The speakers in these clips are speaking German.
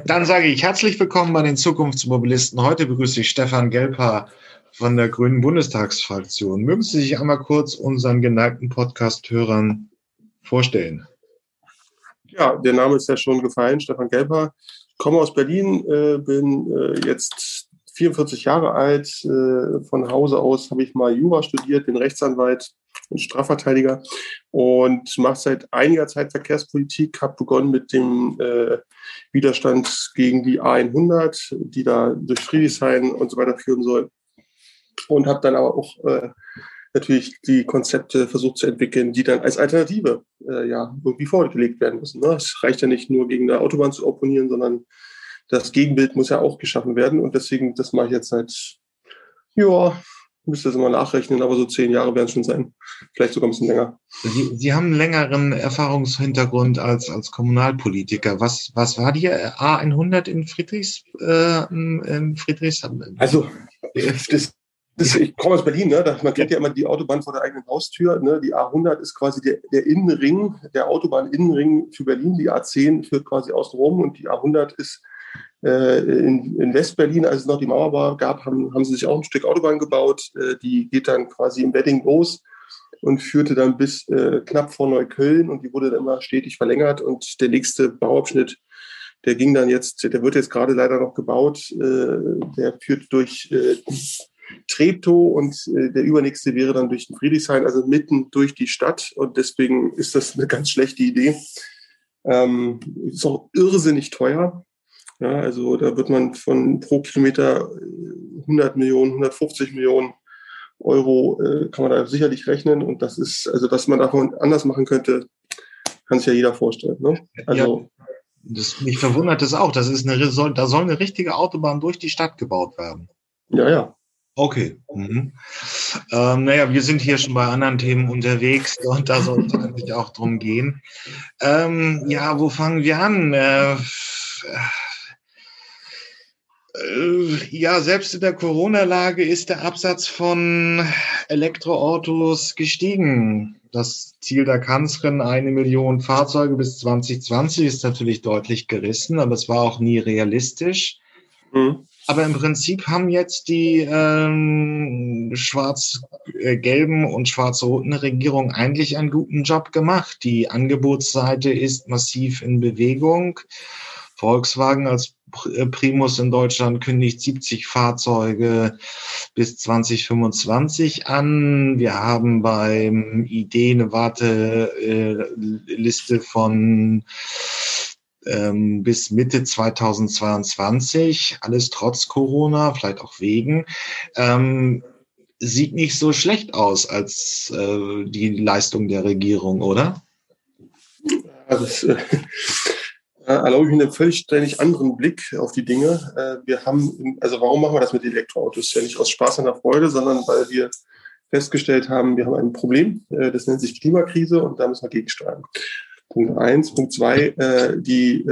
Dann sage ich herzlich willkommen bei den Zukunftsmobilisten. Heute begrüße ich Stefan Gelper von der Grünen Bundestagsfraktion. Mögen Sie sich einmal kurz unseren geneigten Podcast-Hörern vorstellen? Ja, der Name ist ja schon gefallen, Stefan Gelper. Ich komme aus Berlin, bin jetzt 44 Jahre alt. Von Hause aus habe ich mal Jura studiert, bin Rechtsanwalt und Strafverteidiger und mache seit einiger Zeit Verkehrspolitik. Habe begonnen mit dem Widerstand gegen die A100, die da durch Friedrichshain und so weiter führen soll. Und habe dann aber auch natürlich die Konzepte versucht zu entwickeln, die dann als Alternative irgendwie vorgelegt werden müssen. Ne? Es reicht ja nicht nur gegen eine Autobahn zu opponieren, sondern das Gegenbild muss ja auch geschaffen werden. Und deswegen, das mache ich jetzt müsste das mal nachrechnen, aber so 10 Jahre werden es schon sein. Vielleicht sogar ein bisschen länger. Sie haben einen längeren Erfahrungshintergrund als Kommunalpolitiker. Was war die A100 in Friedrichshain? Also, ich komme aus Berlin, ne? Man kennt ja immer die Autobahn vor der eigenen Haustür. Ne? Die A100 ist quasi der Innenring, der Autobahn-Innenring für Berlin. Die A10 führt quasi außen rum und die A100 ist in Westberlin, als es noch die Mauerbau gab, haben sie sich auch ein Stück Autobahn gebaut. Die geht dann quasi im Wedding los und führte dann bis knapp vor Neukölln und die wurde dann immer stetig verlängert. Und der nächste Bauabschnitt, der wird jetzt gerade leider noch gebaut. Der führt durch Treptow und der übernächste wäre dann durch den Friedrichshain, also mitten durch die Stadt. Und deswegen ist das eine ganz schlechte Idee. Ist auch irrsinnig teuer. Ja, also da wird man von pro Kilometer 100 Millionen, 150 Millionen Euro kann man da sicherlich rechnen. Und das ist, also dass man davon anders machen könnte, kann sich ja jeder vorstellen. Ne? Also, ja, mich verwundert das auch. Da soll eine richtige Autobahn durch die Stadt gebaut werden. Ja. Okay. Mhm. Wir sind hier schon bei anderen Themen unterwegs und da soll es eigentlich auch drum gehen. Wo fangen wir an? Selbst in der Corona-Lage ist der Absatz von Elektroautos gestiegen. Das Ziel der Kanzlerin, 1 Million Fahrzeuge bis 2020, ist natürlich deutlich gerissen, aber es war auch nie realistisch. Mhm. Aber im Prinzip haben jetzt die schwarz-gelben und schwarz-roten Regierung eigentlich einen guten Job gemacht. Die Angebotsseite ist massiv in Bewegung. Volkswagen als Primus in Deutschland kündigt 70 Fahrzeuge bis 2025 an. Wir haben beim ID eine Warteliste von bis Mitte 2022, alles trotz Corona, vielleicht auch wegen, sieht nicht so schlecht aus als die Leistung der Regierung, oder? Also erlaube ich mir einen völlig anderen Blick auf die Dinge. Warum machen wir das mit Elektroautos? Ja nicht aus Spaß an der Freude, sondern weil wir festgestellt haben, wir haben ein Problem, das nennt sich Klimakrise und da müssen wir gegensteuern. Punkt 1. Punkt 2, die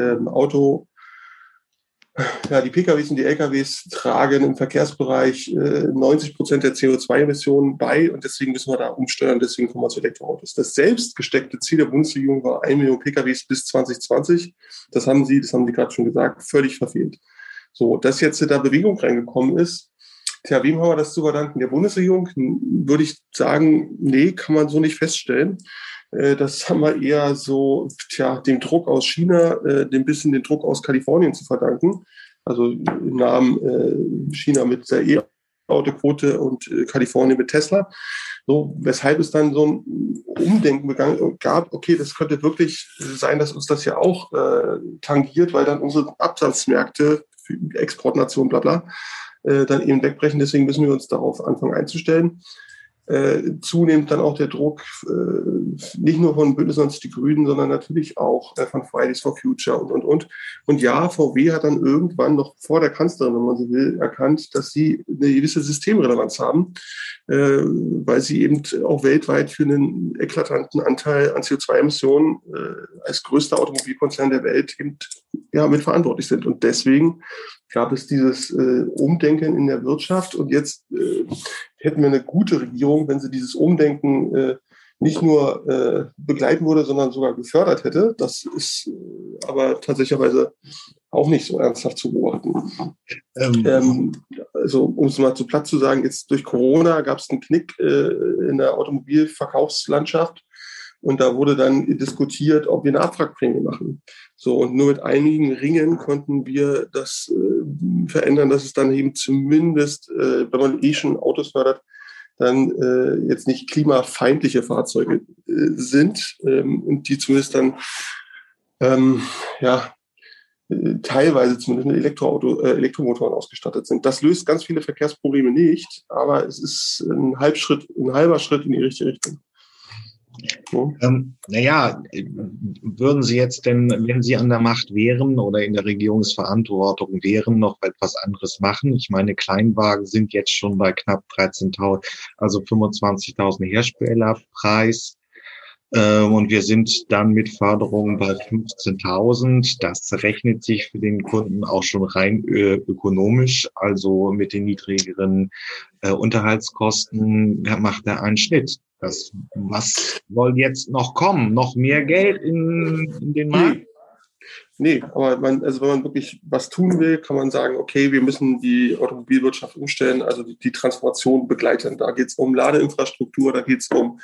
PKWs und die LKWs tragen im Verkehrsbereich 90% der CO2-Emissionen bei und deswegen müssen wir da umsteuern, deswegen kommen wir zu Elektroautos. Das selbst gesteckte Ziel der Bundesregierung war 1 Million PKWs bis 2020. Das haben Sie gerade schon gesagt, völlig verfehlt. So, dass jetzt da Bewegung reingekommen ist, wem haben wir das zu verdanken? Der Bundesregierung? Würde ich sagen, nee, kann man so nicht feststellen. Das haben wir eher so dem Druck aus China, dem Druck aus Kalifornien zu verdanken. Also im Namen China mit der E-Auto-Quote und Kalifornien mit Tesla. So, weshalb es dann so ein Umdenken gab, okay, das könnte wirklich sein, dass uns das ja auch tangiert, weil dann unsere Absatzmärkte, Exportnation, bla bla, dann eben wegbrechen. Deswegen müssen wir uns darauf anfangen einzustellen. Zunehmend dann auch der Druck, nicht nur von Bündnis die Grünen, sondern natürlich auch von Fridays for Future und. Und ja, VW hat dann irgendwann noch vor der Kanzlerin, wenn man so will, erkannt, dass sie eine gewisse Systemrelevanz haben, weil sie eben auch weltweit für einen eklatanten Anteil an CO2-Emissionen als größter Automobilkonzern der Welt eben mitverantwortlich sind. Und deswegen gab es dieses Umdenken in der Wirtschaft und jetzt hätten wir eine gute Regierung, wenn sie dieses Umdenken nicht nur begleiten würde, sondern sogar gefördert hätte. Das ist aber tatsächlicherweise auch nicht so ernsthaft zu beobachten. Also um es mal zu platt zu sagen, jetzt durch Corona gab es einen Knick in der Automobilverkaufslandschaft und da wurde dann diskutiert, ob wir eine Abwrackprämie machen. So, und nur mit einigen Ringen konnten wir das verändern, dass es dann eben zumindest, wenn man schon Autos fördert, dann jetzt nicht klimafeindliche Fahrzeuge sind und die zumindest dann teilweise zumindest mit Elektromotoren ausgestattet sind. Das löst ganz viele Verkehrsprobleme nicht, aber es ist ein halber Schritt in die richtige Richtung. So. Würden Sie jetzt denn, wenn Sie an der Macht wären oder in der Regierungsverantwortung wären, noch etwas anderes machen? Ich meine, Kleinwagen sind jetzt schon bei knapp 13.000, also 25.000 Herstellerpreis. Und wir sind dann mit Förderung bei 15.000. Das rechnet sich für den Kunden auch schon rein ökonomisch. Also mit den niedrigeren Unterhaltskosten macht er einen Schnitt. Was soll jetzt noch kommen? Noch mehr Geld in den Markt? Nee, aber wenn man wirklich was tun will, kann man sagen, okay, wir müssen die Automobilwirtschaft umstellen, also die Transformation begleiten. Da geht es um Ladeinfrastruktur, da geht es um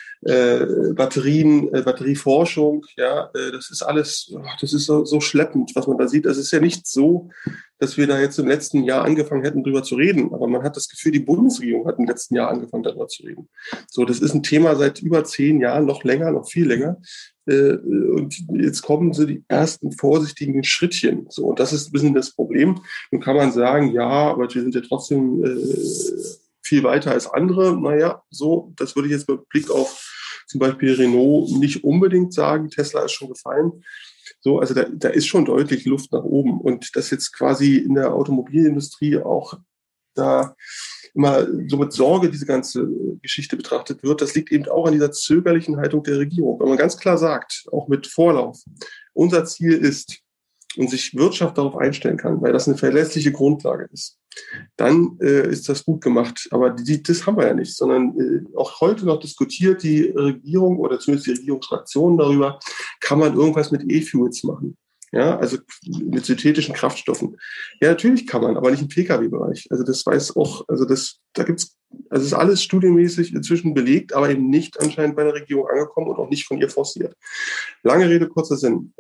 Batterien, Batterieforschung, das ist alles, das ist so schleppend, was man da sieht. Es ist ja nicht so, dass wir da jetzt im letzten Jahr angefangen hätten, drüber zu reden, aber man hat das Gefühl, die Bundesregierung hat im letzten Jahr angefangen, darüber zu reden. So, das ist ein Thema seit über 10 Jahren, noch länger, noch viel länger. Und jetzt kommen so die ersten vorsichtigen Schrittchen. So, und das ist ein bisschen das Problem. Nun kann man sagen, ja, aber wir sind ja trotzdem viel weiter als andere. Naja, so, das würde ich jetzt mit Blick auf zum Beispiel Renault nicht unbedingt sagen. Tesla ist schon gefallen. So, also da ist schon deutlich Luft nach oben. Und dass jetzt quasi in der Automobilindustrie auch da immer so mit Sorge diese ganze Geschichte betrachtet wird, das liegt eben auch an dieser zögerlichen Haltung der Regierung. Wenn man ganz klar sagt, auch mit Vorlauf, unser Ziel ist, und sich Wirtschaft darauf einstellen kann, weil das eine verlässliche Grundlage ist, dann ist das gut gemacht. Aber das haben wir ja nicht, sondern auch heute noch diskutiert die Regierung oder zumindest die Regierungsfraktionen darüber, kann man irgendwas mit E-Fuels machen? Ja, also mit synthetischen Kraftstoffen. Ja, natürlich kann man, aber nicht im Pkw-Bereich. Also das weiß auch, also da gibt's, also ist alles studienmäßig inzwischen belegt, aber eben nicht anscheinend bei der Regierung angekommen und auch nicht von ihr forciert. Lange Rede, kurzer Sinn.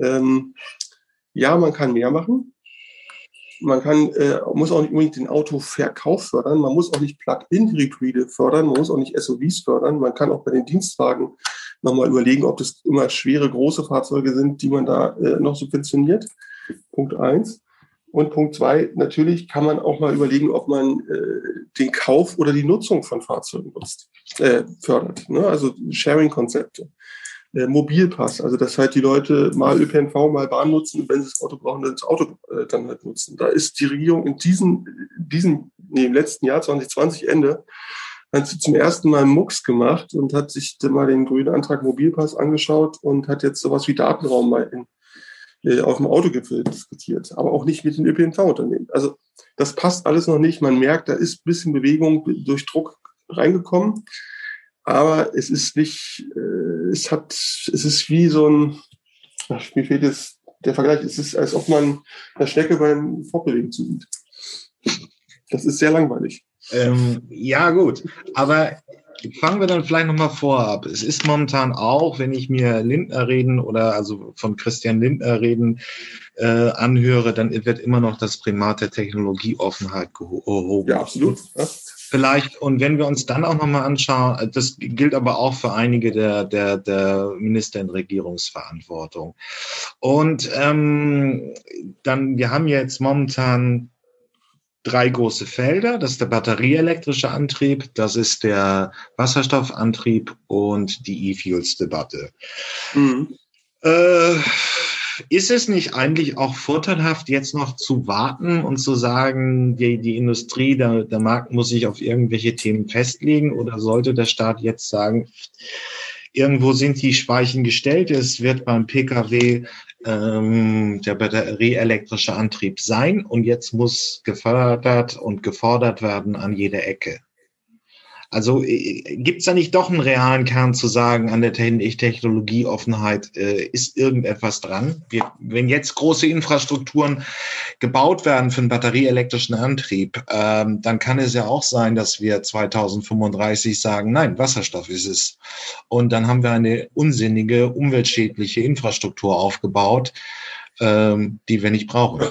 Ja, man kann mehr machen. Man muss auch nicht unbedingt den Autoverkauf fördern. Man muss auch nicht Plug-in-Hybride fördern. Man muss auch nicht SUVs fördern. Man kann auch bei den Dienstwagen nochmal überlegen, ob das immer schwere, große Fahrzeuge sind, die man da noch subventioniert. Punkt 1. Und Punkt 2, natürlich kann man auch mal überlegen, ob man den Kauf oder die Nutzung von Fahrzeugen fördert. Ne? Also Sharing-Konzepte. Mobilpass, also dass halt die Leute mal ÖPNV, mal Bahn nutzen und wenn sie das Auto brauchen, dann das Auto dann halt nutzen. Da ist die Regierung im letzten Jahr 2020 Ende, hat sie zum ersten Mal einen Mucks gemacht und hat sich dann mal den grünen Antrag Mobilpass angeschaut und hat jetzt sowas wie Datenraum mal auf dem Autogipfel diskutiert, aber auch nicht mit den ÖPNV-Unternehmen. Also das passt alles noch nicht. Man merkt, da ist ein bisschen Bewegung durch Druck reingekommen. Aber es ist nicht, es ist wie so ein, mir fehlt jetzt der Vergleich, es ist, als ob man eine Schnecke beim Fortbewegen zusieht. Das ist sehr langweilig. Ja, gut. Aber fangen wir dann vielleicht nochmal vorab. Es ist momentan auch, wenn ich mir Lindner reden oder also von Christian Lindner reden anhöre, dann wird immer noch das Primat der Technologieoffenheit gehoben. Ja, absolut. Ja. Vielleicht, und wenn wir uns dann auch nochmal anschauen, das gilt aber auch für einige der Minister in Regierungsverantwortung. Und dann, wir haben jetzt momentan 3 große Felder. Das ist der batterieelektrische Antrieb, das ist der Wasserstoffantrieb und die E-Fuels-Debatte. Mhm. Ist es nicht eigentlich auch vorteilhaft, jetzt noch zu warten und zu sagen, die Industrie, der Markt muss sich auf irgendwelche Themen festlegen, oder sollte der Staat jetzt sagen, irgendwo sind die Speichen gestellt, es wird beim Pkw der batterieelektrische Antrieb sein und jetzt muss gefördert und gefordert werden an jeder Ecke? Also gibt es da nicht doch einen realen Kern zu sagen, an der Technologieoffenheit ist irgendetwas dran? Wenn jetzt große Infrastrukturen gebaut werden für einen batterieelektrischen Antrieb, dann kann es ja auch sein, dass wir 2035 sagen, nein, Wasserstoff ist es. Und dann haben wir eine unsinnige, umweltschädliche Infrastruktur aufgebaut, die wir nicht brauchen.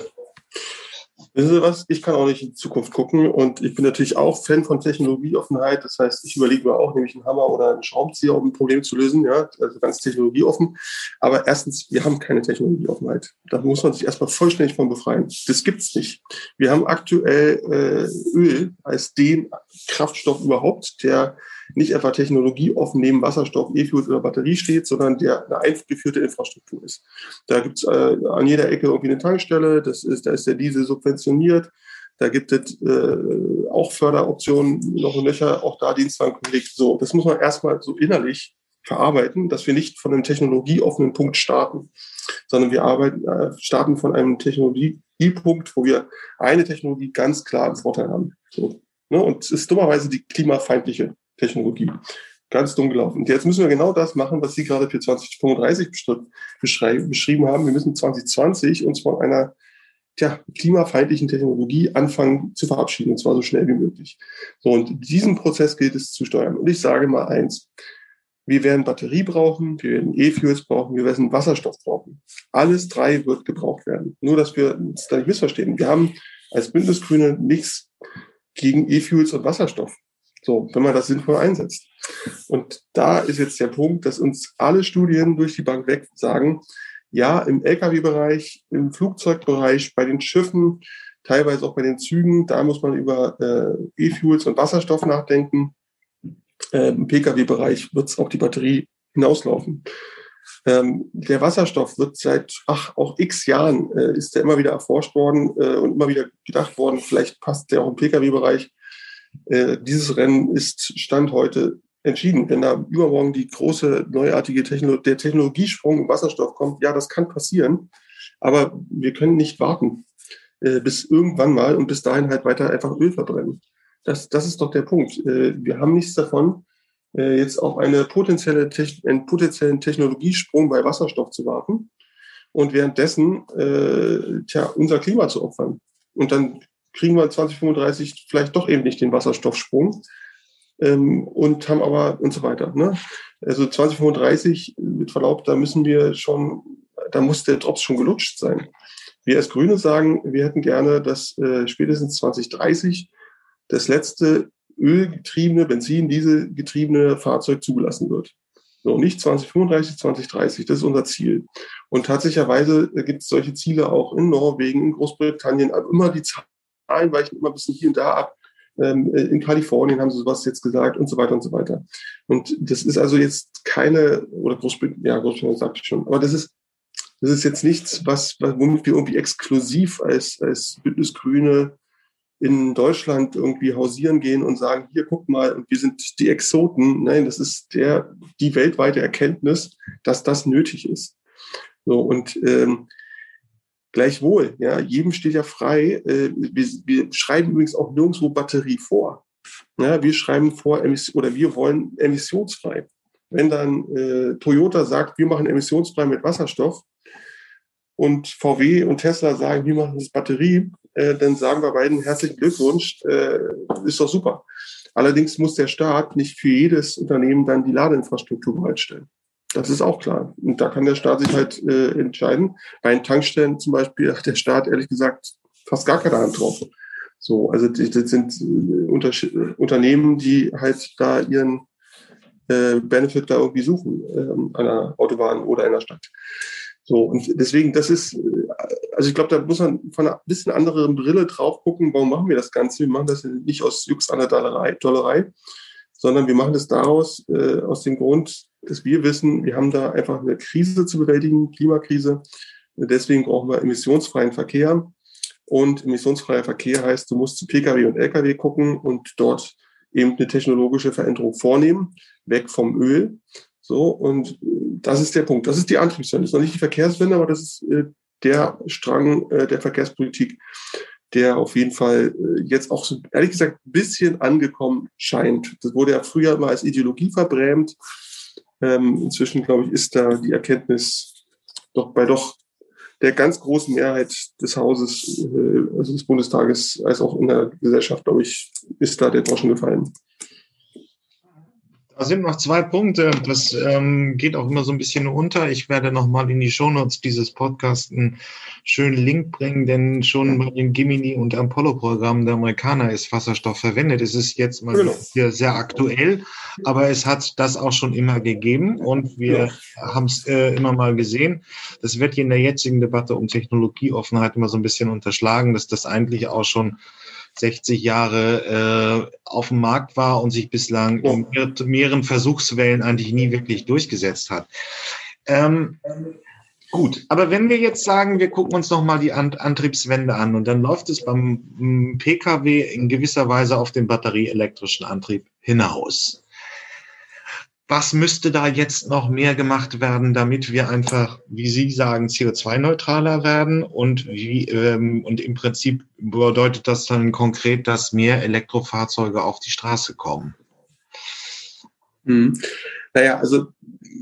Wissen Sie was? Ich kann auch nicht in die Zukunft gucken und ich bin natürlich auch Fan von Technologieoffenheit. Das heißt, ich überlege mir auch, nämlich einen Hammer oder einen Schraubenzieher, um ein Problem zu lösen, ja, also ganz technologieoffen. Aber erstens, wir haben keine Technologieoffenheit. Da muss man sich erstmal vollständig von befreien. Das gibt's nicht. Wir haben aktuell Öl als den Kraftstoff überhaupt, der nicht etwa technologieoffen neben Wasserstoff, E-Fuels oder Batterie steht, sondern der eine eingeführte Infrastruktur ist. Da gibt es an jeder Ecke irgendwie eine Tankstelle, da ist der Diesel subventioniert, da gibt es auch Förderoptionen, noch und nöcher, auch da Dienstwagen gelegt. So, das muss man erstmal so innerlich verarbeiten, dass wir nicht von einem technologieoffenen Punkt starten, sondern wir starten von einem Technologiepunkt, wo wir eine Technologie ganz klar im Vorteil haben. So, ne? Und es ist dummerweise die klimafeindliche Technologie. Ganz dumm gelaufen. Und jetzt müssen wir genau das machen, was Sie gerade für 2035 beschrieben haben. Wir müssen 2020 uns von einer klimafeindlichen Technologie anfangen zu verabschieden, und zwar so schnell wie möglich. So, und diesen Prozess gilt es zu steuern. Und ich sage mal eins: Wir werden Batterie brauchen, wir werden E-Fuels brauchen, wir werden Wasserstoff brauchen. Alles drei wird gebraucht werden. Nur, dass wir uns da nicht missverstehen. Wir haben als Bündnisgrüne nichts gegen E-Fuels und Wasserstoff. So, wenn man das sinnvoll einsetzt. Und da ist jetzt der Punkt, dass uns alle Studien durch die Bank weg sagen, ja, im Lkw-Bereich, im Flugzeugbereich, bei den Schiffen, teilweise auch bei den Zügen, da muss man über E-Fuels und Wasserstoff nachdenken. Im Pkw-Bereich wird es auf die Batterie hinauslaufen. Der Wasserstoff wird seit auch x Jahren, ist der immer wieder erforscht worden und immer wieder gedacht worden, vielleicht passt der auch im Pkw-Bereich. Dieses Rennen ist Stand heute entschieden. Wenn da übermorgen die große, neuartige der Technologiesprung im Wasserstoff kommt, ja, das kann passieren. Aber wir können nicht warten bis irgendwann mal und bis dahin halt weiter einfach Öl verbrennen. Das ist doch der Punkt. Wir haben nichts davon, jetzt auf einen potenziellen Technologiesprung bei Wasserstoff zu warten und währenddessen unser Klima zu opfern. Und dann kriegen wir 2035 vielleicht doch eben nicht den Wasserstoffsprung und haben aber und so weiter. Ne? Also 2035, mit Verlaub, da muss der Drops schon gelutscht sein. Wir als Grüne sagen, wir hätten gerne, dass spätestens 2030 das letzte ölgetriebene, Benzin-Dieselgetriebene Fahrzeug zugelassen wird. So, nicht 2035, 2030, das ist unser Ziel. Und tatsächlicherweise gibt es solche Ziele auch in Norwegen, in Großbritannien, aber immer die Zahlen weichen immer ein bisschen hier und da ab. In Kalifornien haben sie sowas jetzt gesagt und so weiter und so weiter. Und das ist also jetzt Großbritannien sagt ich schon, aber das ist jetzt nichts, womit wir irgendwie exklusiv als Bündnisgrüne in Deutschland irgendwie hausieren gehen und sagen, hier, guck mal, und wir sind die Exoten. Nein, das ist die weltweite Erkenntnis, dass das nötig ist. So, und gleichwohl, ja, jedem steht ja frei. Wir schreiben übrigens auch nirgendwo Batterie vor. Ja, wir schreiben vor, wir wollen emissionsfrei. Wenn dann Toyota sagt, wir machen emissionsfrei mit Wasserstoff und VW und Tesla sagen, wir machen das Batterie, dann sagen wir beiden herzlichen Glückwunsch, ist doch super. Allerdings muss der Staat nicht für jedes Unternehmen dann die Ladeinfrastruktur bereitstellen. Das ist auch klar. Und da kann der Staat sich halt entscheiden. Bei den Tankstellen zum Beispiel hat der Staat ehrlich gesagt fast gar keine Hand drauf. So, also das sind Unternehmen, die halt da ihren Benefit da irgendwie suchen, an einer Autobahn oder einer Stadt. So, und deswegen, also ich glaube, da muss man von einer bisschen anderen Brille drauf gucken, warum machen wir das Ganze? Wir machen das nicht aus Jux an der Dollerei, sondern wir machen das daraus, aus dem Grund, dass wir wissen, wir haben da einfach eine Krise zu bewältigen, Klimakrise. Deswegen brauchen wir emissionsfreien Verkehr. Und emissionsfreier Verkehr heißt, du musst zu Pkw und Lkw gucken und dort eben eine technologische Veränderung vornehmen, weg vom Öl. So, und das ist der Punkt. Das ist die Antriebswende. Das ist noch nicht die Verkehrswende, aber das ist der Strang der Verkehrspolitik, der auf jeden Fall jetzt auch so, ehrlich gesagt, ein bisschen angekommen scheint. Das wurde ja früher immer als Ideologie verbrämt. Inzwischen, glaube ich, ist da die Erkenntnis doch der ganz großen Mehrheit des Hauses, also des Bundestages, als auch in der Gesellschaft, glaube ich, ist da der Groschen gefallen. Da sind noch 2 Punkte. Das geht auch immer so ein bisschen unter. Ich werde nochmal in die Shownotes dieses Podcasts einen schönen Link bringen, denn schon bei den Gemini- und Apollo-Programmen der Amerikaner ist Wasserstoff verwendet. Es ist jetzt mal hier sehr aktuell, aber es hat das auch schon immer gegeben und wir haben es immer mal gesehen. Das wird hier in der jetzigen Debatte um Technologieoffenheit immer so ein bisschen unterschlagen, dass das eigentlich auch schon 60 Jahre auf dem Markt war und sich bislang in mehreren Versuchswellen eigentlich nie wirklich durchgesetzt hat. Gut, aber wenn wir jetzt sagen, wir gucken uns nochmal die Antriebswende an und dann läuft es beim Pkw in gewisser Weise auf den batterieelektrischen Antrieb hinaus. Was müsste da jetzt noch mehr gemacht werden, damit wir einfach, wie Sie sagen, CO2-neutraler werden? Und und im Prinzip bedeutet das dann konkret, dass mehr Elektrofahrzeuge auf die Straße kommen? Naja, also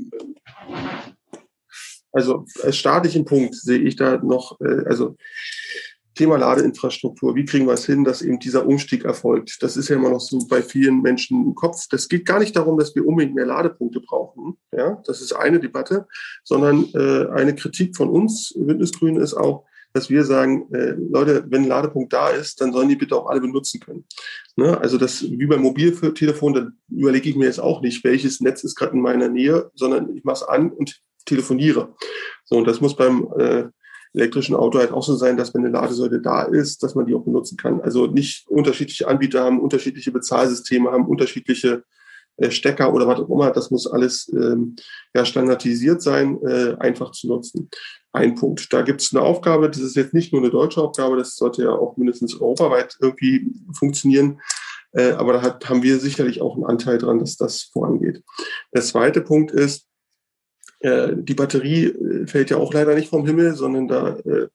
als staatlichen Punkt sehe ich da noch, Thema Ladeinfrastruktur. Wie kriegen wir es hin, dass eben dieser Umstieg erfolgt? Das ist ja immer noch so bei vielen Menschen im Kopf. Das geht gar nicht darum, dass wir unbedingt mehr Ladepunkte brauchen. Ja, das ist eine Debatte, sondern eine Kritik von uns, Bündnis ist auch, dass wir sagen, Leute, wenn ein Ladepunkt da ist, dann sollen die bitte auch alle benutzen können. Ne? Also das wie beim Mobiltelefon, dann überlege ich mir jetzt auch nicht, welches Netz ist gerade in meiner Nähe, sondern ich mache es an und telefoniere. So, und das muss beim elektrischen Auto halt auch so sein, dass wenn eine Ladesäule da ist, dass man die auch benutzen kann. Also nicht unterschiedliche Anbieter haben, unterschiedliche Bezahlsysteme haben, unterschiedliche Stecker oder was auch immer. Das muss alles standardisiert sein, einfach zu nutzen. Ein Punkt. Da gibt es eine Aufgabe, das ist jetzt nicht nur eine deutsche Aufgabe, das sollte ja auch mindestens europaweit irgendwie funktionieren. Aber da haben wir sicherlich auch einen Anteil dran, dass das vorangeht. Der zweite Punkt ist, die Batterie fällt ja auch leider nicht vom Himmel, sondern da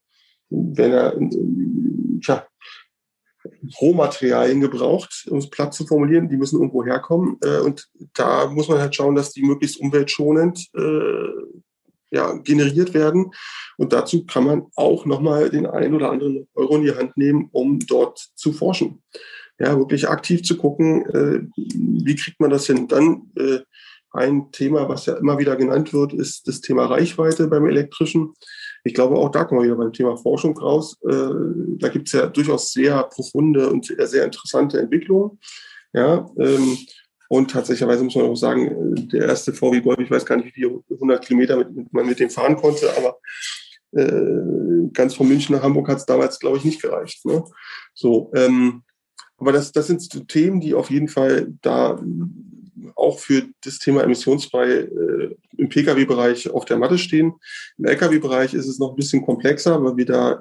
werden Rohmaterialien gebraucht, um es platt zu formulieren. Die müssen irgendwo herkommen. Und da muss man halt schauen, dass die möglichst umweltschonend generiert werden. Und dazu kann man auch nochmal den einen oder anderen Euro in die Hand nehmen, um dort zu forschen. Ja, wirklich aktiv zu gucken, wie kriegt man das hin. Dann ein Thema, was ja immer wieder genannt wird, ist das Thema Reichweite beim Elektrischen. Ich glaube, auch da kommen wir wieder beim Thema Forschung raus. Da gibt es ja durchaus sehr profunde und sehr interessante Entwicklungen. Ja, und tatsächlicherweise muss man auch sagen, der erste VW Golf, ich weiß gar nicht, wie viele 100 Kilometer man mit dem fahren konnte, aber ganz von München nach Hamburg hat es damals, glaube ich, nicht gereicht. Ne? So, aber das sind so Themen, die auf jeden Fall da auch für das Thema emissionsfrei im Pkw-Bereich auf der Matte stehen. Im Lkw-Bereich ist es noch ein bisschen komplexer, weil wir da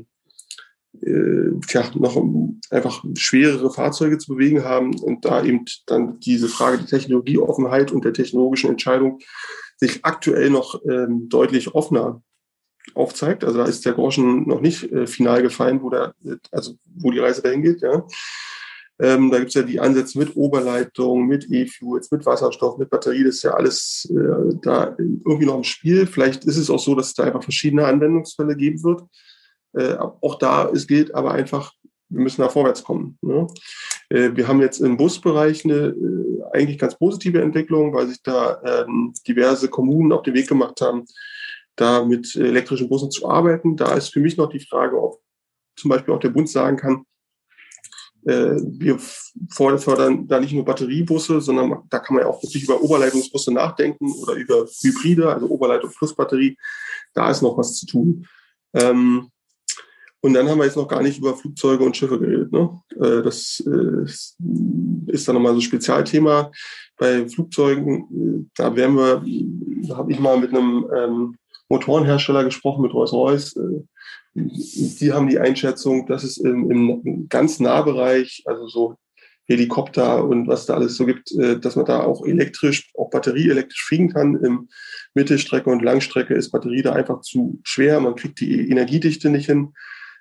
noch einfach schwerere Fahrzeuge zu bewegen haben und da eben dann diese Frage der Technologieoffenheit und der technologischen Entscheidung sich aktuell noch deutlich offener aufzeigt. Also da ist der Groschen noch nicht final gefallen, wo die Reise dahin geht. Ja. Da gibt es ja die Ansätze mit Oberleitung, mit E-Fuels, mit Wasserstoff, mit Batterie. Das ist ja alles da irgendwie noch im Spiel. Vielleicht ist es auch so, dass es da einfach verschiedene Anwendungsfälle geben wird. Auch da gilt aber einfach, wir müssen da vorwärts kommen. Ne? Wir haben jetzt im Busbereich eine eigentlich ganz positive Entwicklung, weil sich da diverse Kommunen auf den Weg gemacht haben, da mit elektrischen Bussen zu arbeiten. Da ist für mich noch die Frage, ob zum Beispiel auch der Bund sagen kann, wir fördern da nicht nur Batteriebusse, sondern da kann man ja auch wirklich über Oberleitungsbusse nachdenken oder über Hybride, also Oberleitung plus Batterie. Da ist noch was zu tun. Und dann haben wir jetzt noch gar nicht über Flugzeuge und Schiffe geredet. Ne? Das ist dann nochmal so ein Spezialthema. Bei Flugzeugen, da habe ich mal mit einem Motorenhersteller gesprochen, mit Rolls-Royce. Die haben die Einschätzung, dass es im ganz Nahbereich, also so Helikopter und was da alles so gibt, dass man da auch batterieelektrisch fliegen kann. Im Mittelstrecke und Langstrecke ist Batterie da einfach zu schwer. Man kriegt die Energiedichte nicht hin.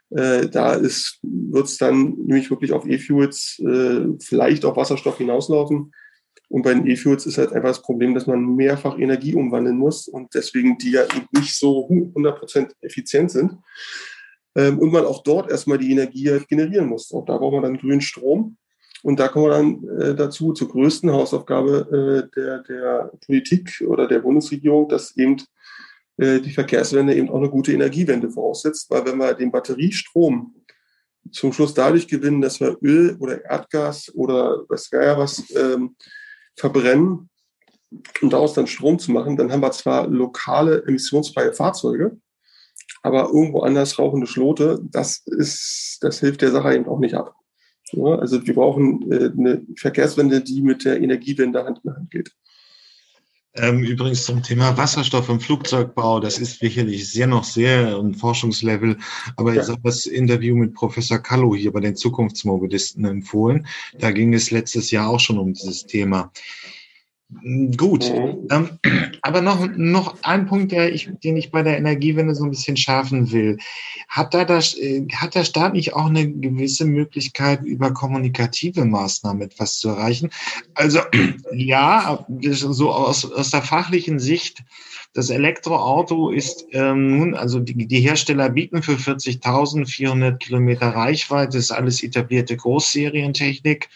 Da wird es dann nämlich wirklich auf E-Fuels, vielleicht auf Wasserstoff hinauslaufen. Und bei den E-Fuels ist halt einfach das Problem, dass man mehrfach Energie umwandeln muss und deswegen die ja eben nicht so 100% effizient sind. Und man auch dort erstmal die Energie halt generieren muss. Und da braucht man dann grünen Strom. Und da kommen wir dann dazu, zur größten Hausaufgabe der Politik oder der Bundesregierung, dass eben die Verkehrswende eben auch eine gute Energiewende voraussetzt. Weil wenn wir den Batteriestrom zum Schluss dadurch gewinnen, dass wir Öl oder Erdgas oder weiß gar ja was verbrennen, um daraus dann Strom zu machen, dann haben wir zwar lokale emissionsfreie Fahrzeuge, aber irgendwo anders rauchende Schlote, das hilft der Sache eben auch nicht ab. Ja, also wir brauchen eine Verkehrswende, die mit der Energiewende Hand in Hand geht. Übrigens zum Thema Wasserstoff im Flugzeugbau, das ist sicherlich noch sehr im Forschungslevel, aber ich habe das Interview mit Professor Kallo hier bei den Zukunftsmobilisten empfohlen. Da ging es letztes Jahr auch schon um dieses Thema. Gut, aber noch ein Punkt, den ich bei der Energiewende so ein bisschen schärfen will. Hat der Staat nicht auch eine gewisse Möglichkeit, über kommunikative Maßnahmen etwas zu erreichen? Also ja, so aus der fachlichen Sicht, das Elektroauto ist also die Hersteller bieten für 40.000 400 Kilometer Reichweite, ist alles etablierte Großserientechnik.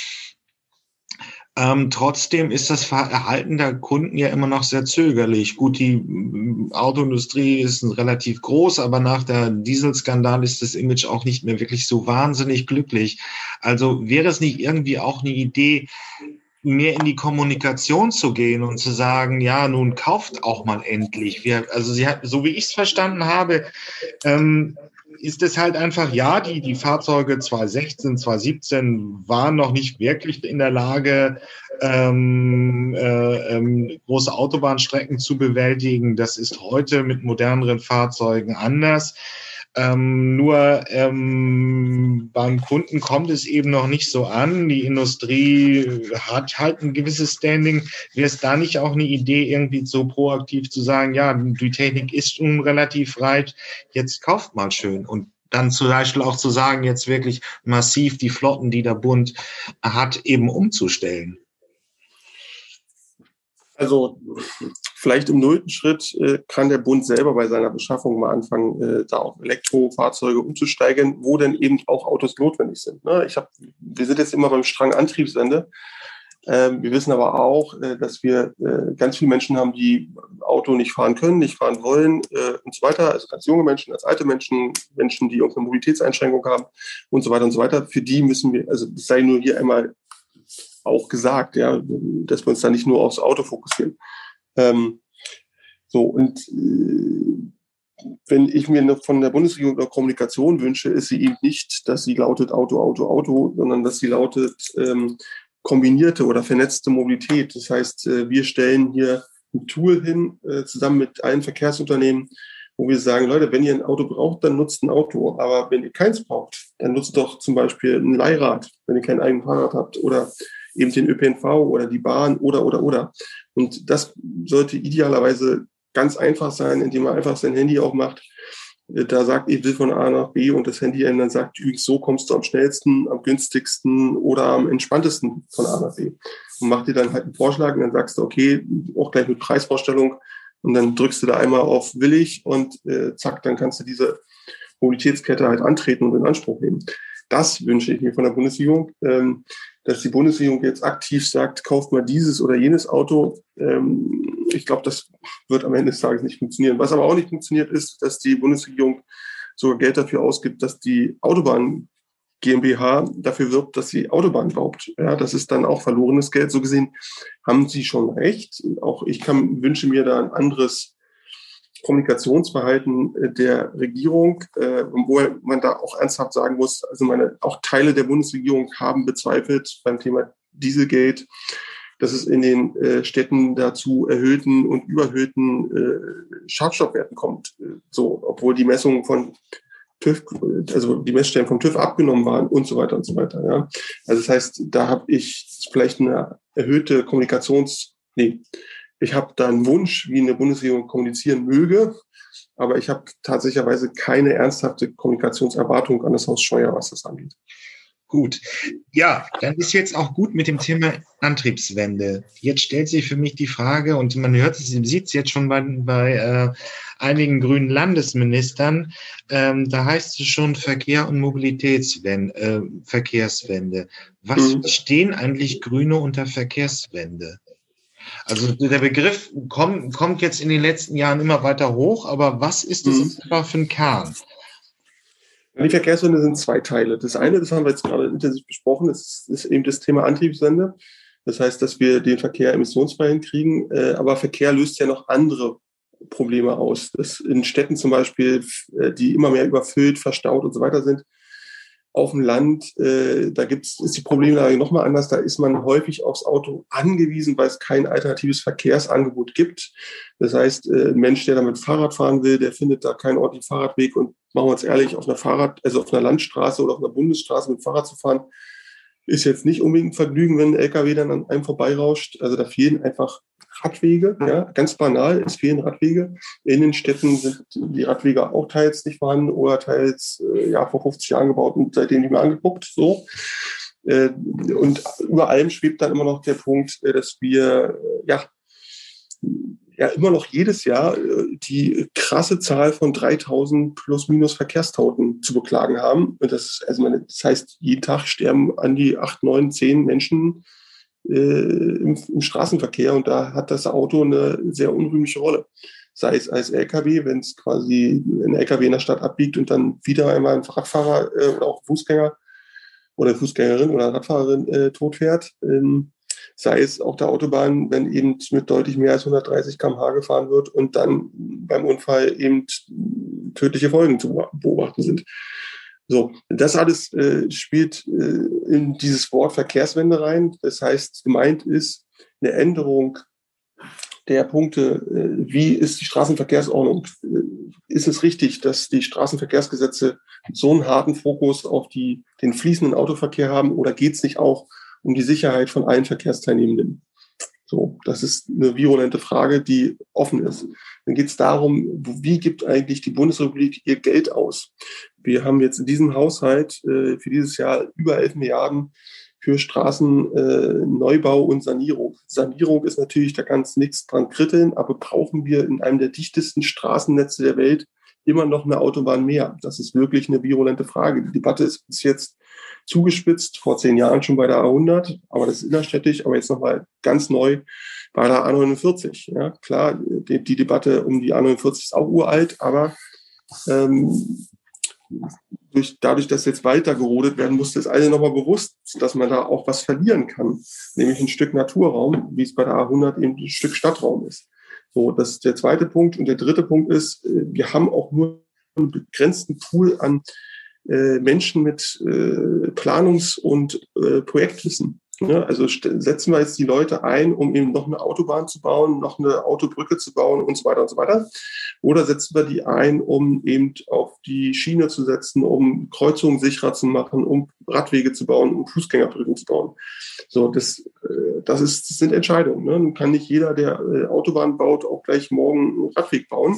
Trotzdem ist das Verhalten der Kunden ja immer noch sehr zögerlich. Gut, die Autoindustrie ist relativ groß, aber nach der Dieselskandal ist das Image auch nicht mehr wirklich so wahnsinnig glücklich. Also wäre es nicht irgendwie auch eine Idee, mehr in die Kommunikation zu gehen und zu sagen, ja, nun kauft auch mal endlich. So wie ich es verstanden habe, ist es halt einfach, ja, die Fahrzeuge 2016, 2017 waren noch nicht wirklich in der Lage, große Autobahnstrecken zu bewältigen. Das ist heute mit moderneren Fahrzeugen anders. Beim Kunden kommt es eben noch nicht so an. Die Industrie hat halt ein gewisses Standing. Wäre es da nicht auch eine Idee, irgendwie so proaktiv zu sagen, ja, die Technik ist schon relativ weit, jetzt kauft mal schön. Und dann zum Beispiel auch zu sagen, jetzt wirklich massiv die Flotten, die der Bund hat, eben umzustellen. Also vielleicht im 0. Schritt kann der Bund selber bei seiner Beschaffung mal anfangen, da auf Elektrofahrzeuge umzusteigen, wo denn eben auch Autos notwendig sind. Ne? Wir sind jetzt immer beim Strang Antriebswende. Wir wissen aber auch, dass wir ganz viele Menschen haben, die Auto nicht fahren können, nicht fahren wollen und so weiter. Also ganz junge Menschen, als alte Menschen, Menschen, die irgendeine Mobilitätseinschränkung haben und so weiter und so weiter. Für die müssen wir, also das sei nur hier einmal auch gesagt, ja, dass wir uns da nicht nur aufs Auto fokussieren. Wenn ich mir noch von der Bundesregierung eine Kommunikation wünsche, ist sie eben nicht, dass sie lautet Auto, Auto, Auto, sondern dass sie lautet kombinierte oder vernetzte Mobilität. Das heißt, wir stellen hier ein Tool hin, zusammen mit allen Verkehrsunternehmen, wo wir sagen, Leute, wenn ihr ein Auto braucht, dann nutzt ein Auto. Aber wenn ihr keins braucht, dann nutzt doch zum Beispiel ein Leihrad, wenn ihr kein eigenes Fahrrad habt, oder eben den ÖPNV oder die Bahn oder. Und das sollte idealerweise ganz einfach sein, indem man einfach sein Handy aufmacht. Da sagt, ich will von A nach B und das Handy dann sagt, übrigens, so kommst du am schnellsten, am günstigsten oder am entspanntesten von A nach B. Und macht dir dann halt einen Vorschlag und dann sagst du, okay, auch gleich mit Preisvorstellung, und dann drückst du da einmal auf willig und zack, dann kannst du diese Mobilitätskette halt antreten und in Anspruch nehmen. Das wünsche ich mir von der Bundesregierung, dass die Bundesregierung jetzt aktiv sagt, kauft mal dieses oder jenes Auto. Ich glaube, das wird am Ende des Tages nicht funktionieren. Was aber auch nicht funktioniert, ist, dass die Bundesregierung sogar Geld dafür ausgibt, dass die Autobahn GmbH dafür wirbt, dass sie Autobahnen baut. Ja, das ist dann auch verlorenes Geld. So gesehen haben Sie schon recht. Auch ich wünsche mir da ein anderes Kommunikationsverhalten der Regierung, wo man da auch ernsthaft sagen muss, also auch Teile der Bundesregierung haben bezweifelt beim Thema Dieselgate, dass es in den Städten dazu erhöhten und überhöhten Schadstoffwerten kommt. Obwohl die Messungen von TÜV, also die Messstellen vom TÜV abgenommen waren und so weiter und so weiter. Ja. Also das heißt, da habe ich vielleicht eine erhöhte ich habe da einen Wunsch, wie eine Bundesregierung kommunizieren möge. Aber ich habe tatsächlicherweise keine ernsthafte Kommunikationserwartung an das Haus Scheuer, was das angeht. Gut. Ja, dann ist jetzt auch gut mit dem Thema Antriebswende. Jetzt stellt sich für mich die Frage, und man sieht es jetzt schon bei einigen grünen Landesministern, da heißt es schon Verkehr- und Verkehrswende. Was verstehen eigentlich Grüne unter Verkehrswende? Also der Begriff kommt jetzt in den letzten Jahren immer weiter hoch, aber was ist das für ein Kern? Die Verkehrswende sind zwei Teile. Das eine, das haben wir jetzt gerade intensiv besprochen, ist eben das Thema Antriebswende. Das heißt, dass wir den Verkehr emissionsfrei hinkriegen. Aber Verkehr löst ja noch andere Probleme aus. Das in Städten zum Beispiel, die immer mehr überfüllt, verstaut und so weiter sind. Auf dem Land, ist die Problemlage nochmal anders. Da ist man häufig aufs Auto angewiesen, weil es kein alternatives Verkehrsangebot gibt. Das heißt, ein Mensch, der damit Fahrrad fahren will, der findet da keinen ordentlichen Fahrradweg. Und machen wir uns ehrlich, auf einer Landstraße oder auf einer Bundesstraße mit dem Fahrrad zu fahren, ist jetzt nicht unbedingt ein Vergnügen, wenn ein LKW dann an einem vorbeirauscht. Also da fehlen einfach Radwege, ja, ganz banal, es fehlen Radwege. In den Städten sind die Radwege auch teils nicht vorhanden oder teils vor 50 Jahren gebaut und seitdem nicht mehr angeguckt. So. Und über allem schwebt dann immer noch der Punkt, dass wir immer noch jedes Jahr die krasse Zahl von 3000 plus minus Verkehrstoten zu beklagen haben. Und das heißt, jeden Tag sterben an die 8, 9, 10 Menschen im Straßenverkehr, und da hat das Auto eine sehr unrühmliche Rolle. Sei es als LKW, wenn es quasi ein LKW in der Stadt abbiegt und dann wieder einmal ein Radfahrer oder auch Fußgänger oder Fußgängerin oder Radfahrerin tot fährt. Sei es auf der Autobahn, wenn eben mit deutlich mehr als 130 km/h gefahren wird und dann beim Unfall eben tödliche Folgen zu beobachten sind. So, das alles spielt in dieses Wort Verkehrswende rein. Das heißt, gemeint ist eine Änderung der Punkte, wie ist die Straßenverkehrsordnung? Ist es richtig, dass die Straßenverkehrsgesetze so einen harten Fokus auf den fließenden Autoverkehr haben, oder geht es nicht auch um die Sicherheit von allen Verkehrsteilnehmenden? So, das ist eine virulente Frage, die offen ist. Dann geht es darum, wie gibt eigentlich die Bundesrepublik ihr Geld aus? Wir haben jetzt in diesem Haushalt für dieses Jahr über 11 Milliarden für Straßenneubau und Sanierung. Sanierung ist natürlich, da kann es nichts dran kritteln, aber brauchen wir in einem der dichtesten Straßennetze der Welt immer noch eine Autobahn mehr? Das ist wirklich eine virulente Frage. Die Debatte ist bis jetzt zugespitzt, vor 10 Jahren schon bei der A100, aber das ist innerstädtisch, aber jetzt nochmal ganz neu bei der A49. Ja, klar, die Debatte um die A49 ist auch uralt, aber dadurch, dass jetzt weiter gerodet werden musste, ist allen nochmal bewusst, dass man da auch was verlieren kann, nämlich ein Stück Naturraum, wie es bei der A100 eben ein Stück Stadtraum ist. So, das ist der zweite Punkt. Und der dritte Punkt ist, wir haben auch nur einen begrenzten Pool an Menschen mit Planungs- und Projektwissen. Ja, also setzen wir jetzt die Leute ein, um eben noch eine Autobahn zu bauen, noch eine Autobrücke zu bauen und so weiter und so weiter. Oder setzen wir die ein, um eben auf die Schiene zu setzen, um Kreuzungen sicherer zu machen, um Radwege zu bauen, um Fußgängerbrücken zu bauen. So, das sind Entscheidungen. Ne? Nun kann nicht jeder, der Autobahn baut, auch gleich morgen einen Radweg bauen.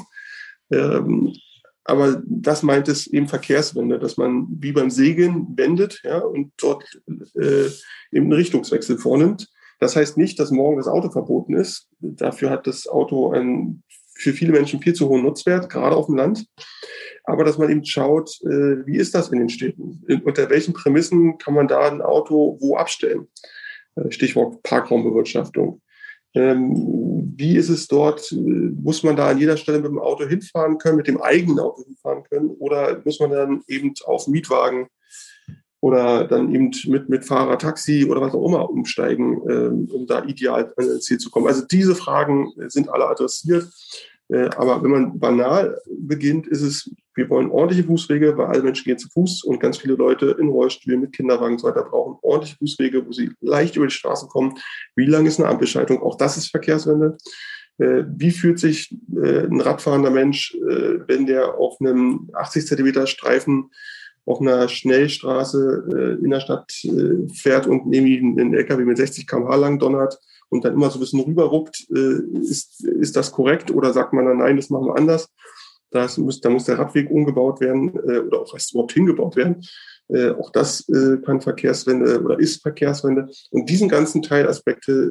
Aber das meint es eben Verkehrswende, dass man wie beim Segeln wendet, ja, und dort eben einen Richtungswechsel vornimmt. Das heißt nicht, dass morgen das Auto verboten ist. Dafür hat das Auto einen für viele Menschen viel zu hohen Nutzwert, gerade auf dem Land. Aber dass man eben schaut, wie ist das in den Städten? Unter welchen Prämissen kann man da ein Auto wo abstellen? Stichwort Parkraumbewirtschaftung. Wie ist es dort? Muss man da an jeder Stelle mit dem Auto hinfahren können, mit dem eigenen Auto hinfahren können? Oder muss man dann eben auf Mietwagen oder dann eben mit Fahrer, Taxi oder was auch immer umsteigen, um da ideal an das Ziel zu kommen? Also diese Fragen sind alle adressiert. Aber wenn man banal beginnt, ist es, wir wollen ordentliche Fußwege, weil alle Menschen gehen zu Fuß und ganz viele Leute in Rollstühlen mit Kinderwagen und so weiter brauchen ordentliche Fußwege, wo sie leicht über die Straßen kommen. Wie lang ist eine Ampelschaltung? Auch das ist Verkehrswende. Wie fühlt sich ein radfahrender Mensch, wenn der auf einem 80 Zentimeter Streifen auf einer Schnellstraße in der Stadt fährt und neben ihm ein LKW mit 60 km/h lang donnert und dann immer so ein bisschen rüberruckt? Ist das korrekt oder sagt man dann, nein, das machen wir anders? Da muss der Radweg umgebaut werden oder auch erst überhaupt hingebaut werden. Auch das kann Verkehrswende oder ist Verkehrswende. Und diesen ganzen Teilaspekte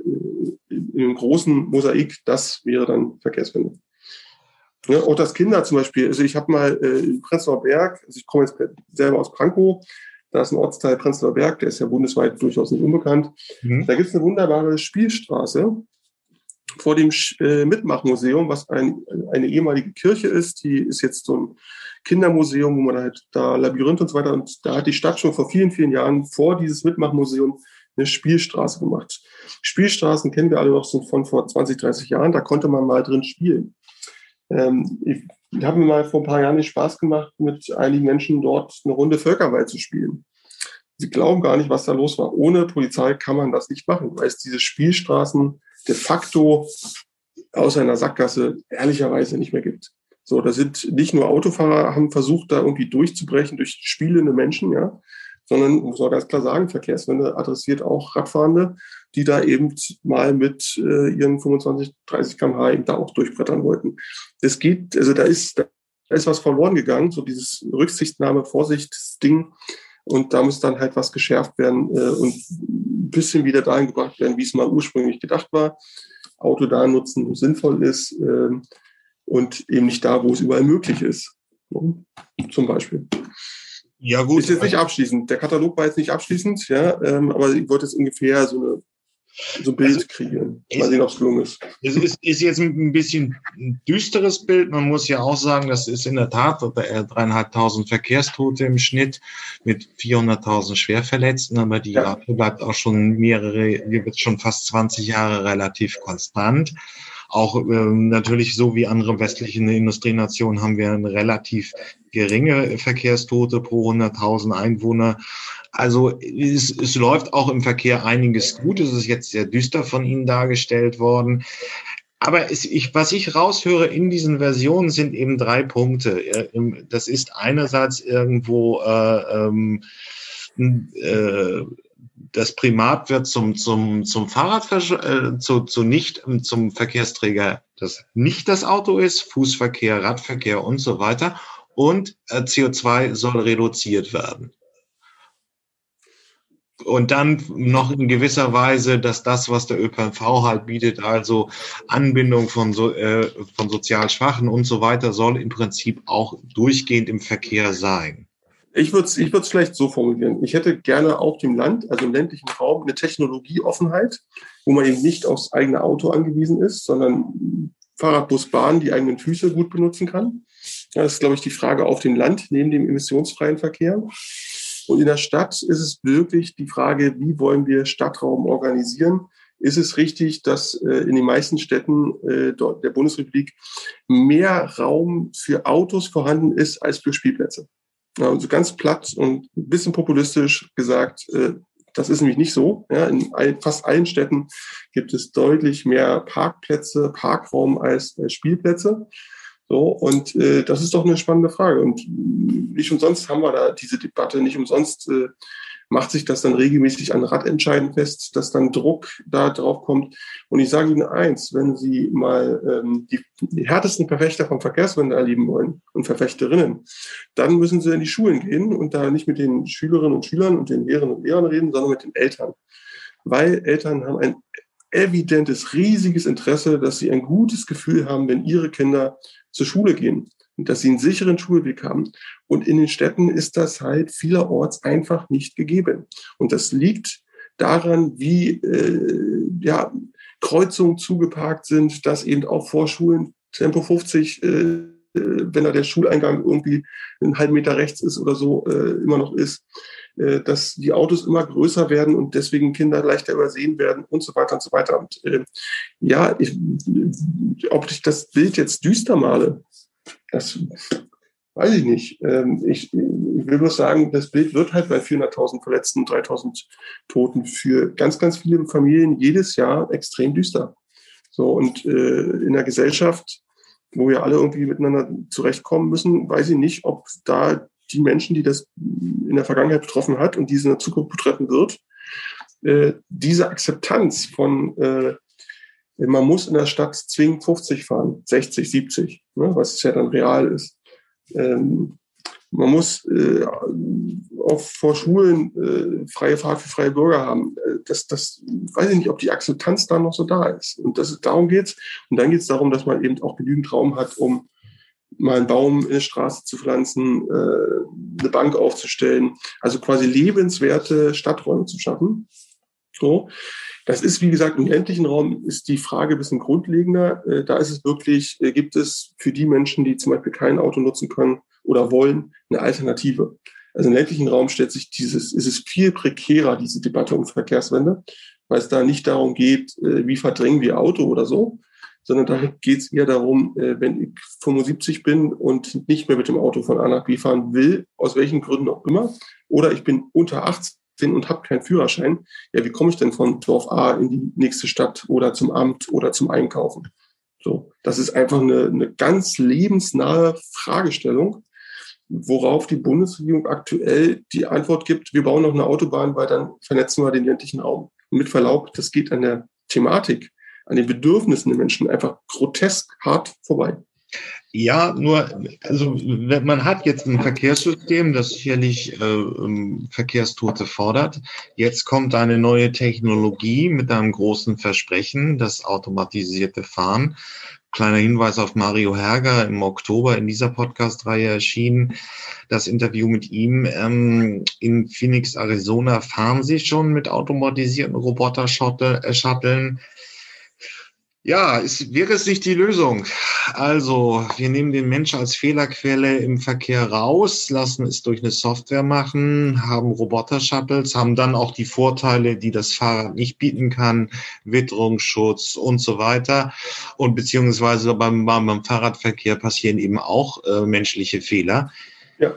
im großen Mosaik, das wäre dann Verkehrswende. Ja, auch das Kinder zum Beispiel. Also ich habe mal in Prenzlauer Berg, also ich komme jetzt selber aus Pankow, da ist ein Ortsteil Prenzlauer Berg, der ist ja bundesweit durchaus nicht unbekannt. Da gibt es eine wunderbare Spielstraße vor dem Mitmachmuseum, was eine ehemalige Kirche ist. Die ist jetzt so ein Kindermuseum, wo man halt da Labyrinth und so weiter, und da hat die Stadt schon vor vielen, vielen Jahren vor dieses Mitmachmuseum eine Spielstraße gemacht. Spielstraßen kennen wir alle noch, sind von vor 20, 30 Jahren, da konnte man mal drin spielen. Ich habe mir mal vor ein paar Jahren den Spaß gemacht, mit einigen Menschen dort eine Runde Völkerball zu spielen. Sie glauben gar nicht, was da los war. Ohne Polizei kann man das nicht machen, weil es diese Spielstraßen de facto außer einer Sackgasse ehrlicherweise nicht mehr gibt. So, da sind nicht nur Autofahrer, haben versucht, da irgendwie durchzubrechen durch spielende Menschen, ja, sondern, muss man ganz klar sagen, Verkehrswende adressiert auch Radfahrende, die da eben mal mit ihren 25, 30 km/h eben da auch durchbrettern wollten. Das geht, also da ist was verloren gegangen, so dieses Rücksichtnahme, Vorsichtsding. Und da muss dann halt was geschärft werden und ein bisschen wieder dahin gebracht werden, wie es mal ursprünglich gedacht war. Auto da nutzen, wo es sinnvoll ist und eben nicht da, wo es überall möglich ist. Zum Beispiel. Ja, gut. Ist jetzt nicht abschließend. Der Katalog war jetzt nicht abschließend, ja, aber ich wollte jetzt ungefähr so ein Bild kriegen. Mal sehen, ob es gelungen ist. Es ist jetzt ein bisschen ein düsteres Bild. Man muss ja auch sagen, das ist in der Tat 3.500 Verkehrstote im Schnitt mit 400.000 Schwerverletzten, aber die Rate bleibt auch schon wird schon fast 20 Jahre relativ konstant. Auch natürlich so wie andere westliche Industrienationen haben wir eine relativ geringe Verkehrstote pro 100.000 Einwohner. Also es läuft auch im Verkehr einiges gut. Es ist jetzt sehr düster von Ihnen dargestellt worden. Aber was ich raushöre in diesen Versionen sind eben 3 Punkte. Das ist einerseits irgendwo das Primat wird zum Fahrrad, zum Verkehrsträger, das nicht das Auto ist, Fußverkehr, Radverkehr und so weiter. Und CO2 soll reduziert werden. Und dann noch in gewisser Weise, dass das, was der ÖPNV halt bietet, also Anbindung von sozial Schwachen und so weiter, soll im Prinzip auch durchgehend im Verkehr sein. Ich würde es vielleicht so formulieren. Ich hätte gerne auf dem Land, also im ländlichen Raum, eine Technologieoffenheit, wo man eben nicht aufs eigene Auto angewiesen ist, sondern Fahrrad, Bus, Bahn die eigenen Füße gut benutzen kann. Das ist, glaube ich, die Frage auf dem Land neben dem emissionsfreien Verkehr. Und in der Stadt ist es wirklich die Frage, wie wollen wir Stadtraum organisieren? Ist es richtig, dass in den meisten Städten der Bundesrepublik mehr Raum für Autos vorhanden ist als für Spielplätze? Also ganz platt und ein bisschen populistisch gesagt, das ist nämlich nicht so. Ja, in fast allen Städten gibt es deutlich mehr Parkplätze, Parkraum als Spielplätze. So, und das ist doch eine spannende Frage. Und nicht umsonst haben wir da diese Debatte, nicht umsonst macht sich das dann regelmäßig an Radentscheiden fest, dass dann Druck da drauf kommt. Und ich sage Ihnen eins, wenn Sie mal die härtesten Verfechter von Verkehrswende erleben wollen und Verfechterinnen, dann müssen Sie in die Schulen gehen und da nicht mit den Schülerinnen und Schülern und den Lehrerinnen und Lehrern reden, sondern mit den Eltern. Weil Eltern haben ein evidentes, riesiges Interesse, dass sie ein gutes Gefühl haben, wenn ihre Kinder zur Schule gehen und dass sie einen sicheren Schulweg haben. Und in den Städten ist das halt vielerorts einfach nicht gegeben. Und das liegt daran, wie Kreuzungen zugeparkt sind, dass eben auch vor Schulen Tempo 50, wenn da der Schuleingang irgendwie einen halben Meter rechts ist oder so, immer noch ist, dass die Autos immer größer werden und deswegen Kinder leichter übersehen werden und so weiter und so weiter. Und ob ich das Bild jetzt düster male, das weiß ich nicht. Ich will bloß sagen, das Bild wird halt bei 400.000 Verletzten, 3.000 Toten für ganz, ganz viele Familien jedes Jahr extrem düster. So, und in der Gesellschaft, wo wir alle irgendwie miteinander zurechtkommen müssen, weiß ich nicht, ob da die Menschen, die das in der Vergangenheit betroffen hat und die es in der Zukunft betreffen wird, diese Akzeptanz von Man muss in der Stadt zwingend 50 fahren, 60, 70, ne, was ja dann real ist. Man muss auch vor Schulen freie Fahrt für freie Bürger haben. Das weiß ich nicht, ob die Akzeptanz da noch so da ist. Und darum geht's. Und dann geht es darum, dass man eben auch genügend Raum hat, um mal einen Baum in der Straße zu pflanzen, eine Bank aufzustellen, also quasi lebenswerte Stadträume zu schaffen. So. Das ist, wie gesagt, im ländlichen Raum ist die Frage ein bisschen grundlegender. Da ist es wirklich, gibt es für die Menschen, die zum Beispiel kein Auto nutzen können oder wollen, eine Alternative. Also im ländlichen Raum ist es viel prekärer, diese Debatte um Verkehrswende, weil es da nicht darum geht, wie verdrängen wir Auto oder so, sondern da geht es eher darum, wenn ich 75 bin und nicht mehr mit dem Auto von A nach B fahren will, aus welchen Gründen auch immer, oder ich bin unter 18 und habe keinen Führerschein, ja, wie komme ich denn von Dorf A in die nächste Stadt oder zum Amt oder zum Einkaufen? So, das ist einfach eine ganz lebensnahe Fragestellung, worauf die Bundesregierung aktuell die Antwort gibt, wir bauen noch eine Autobahn, weil dann vernetzen wir den ländlichen Raum. Und mit Verlaub, das geht an der Thematik, an den Bedürfnissen der Menschen einfach grotesk hart vorbei. Ja, also man hat jetzt ein Verkehrssystem, das sicherlich Verkehrstote fordert. Jetzt kommt eine neue Technologie mit einem großen Versprechen, das automatisierte Fahren. Kleiner Hinweis auf Mario Herger, im Oktober in dieser Podcast-Reihe erschienen. Das Interview mit ihm in Phoenix, Arizona, fahren sie schon mit automatisierten Roboter-Shuttlen. Ja, wäre es nicht die Lösung? Also, wir nehmen den Mensch als Fehlerquelle im Verkehr raus, lassen es durch eine Software machen, haben Roboter-Shuttles, haben dann auch die Vorteile, die das Fahrrad nicht bieten kann, Witterungsschutz und so weiter. Und beziehungsweise beim Fahrradverkehr passieren eben auch menschliche Fehler. Ja.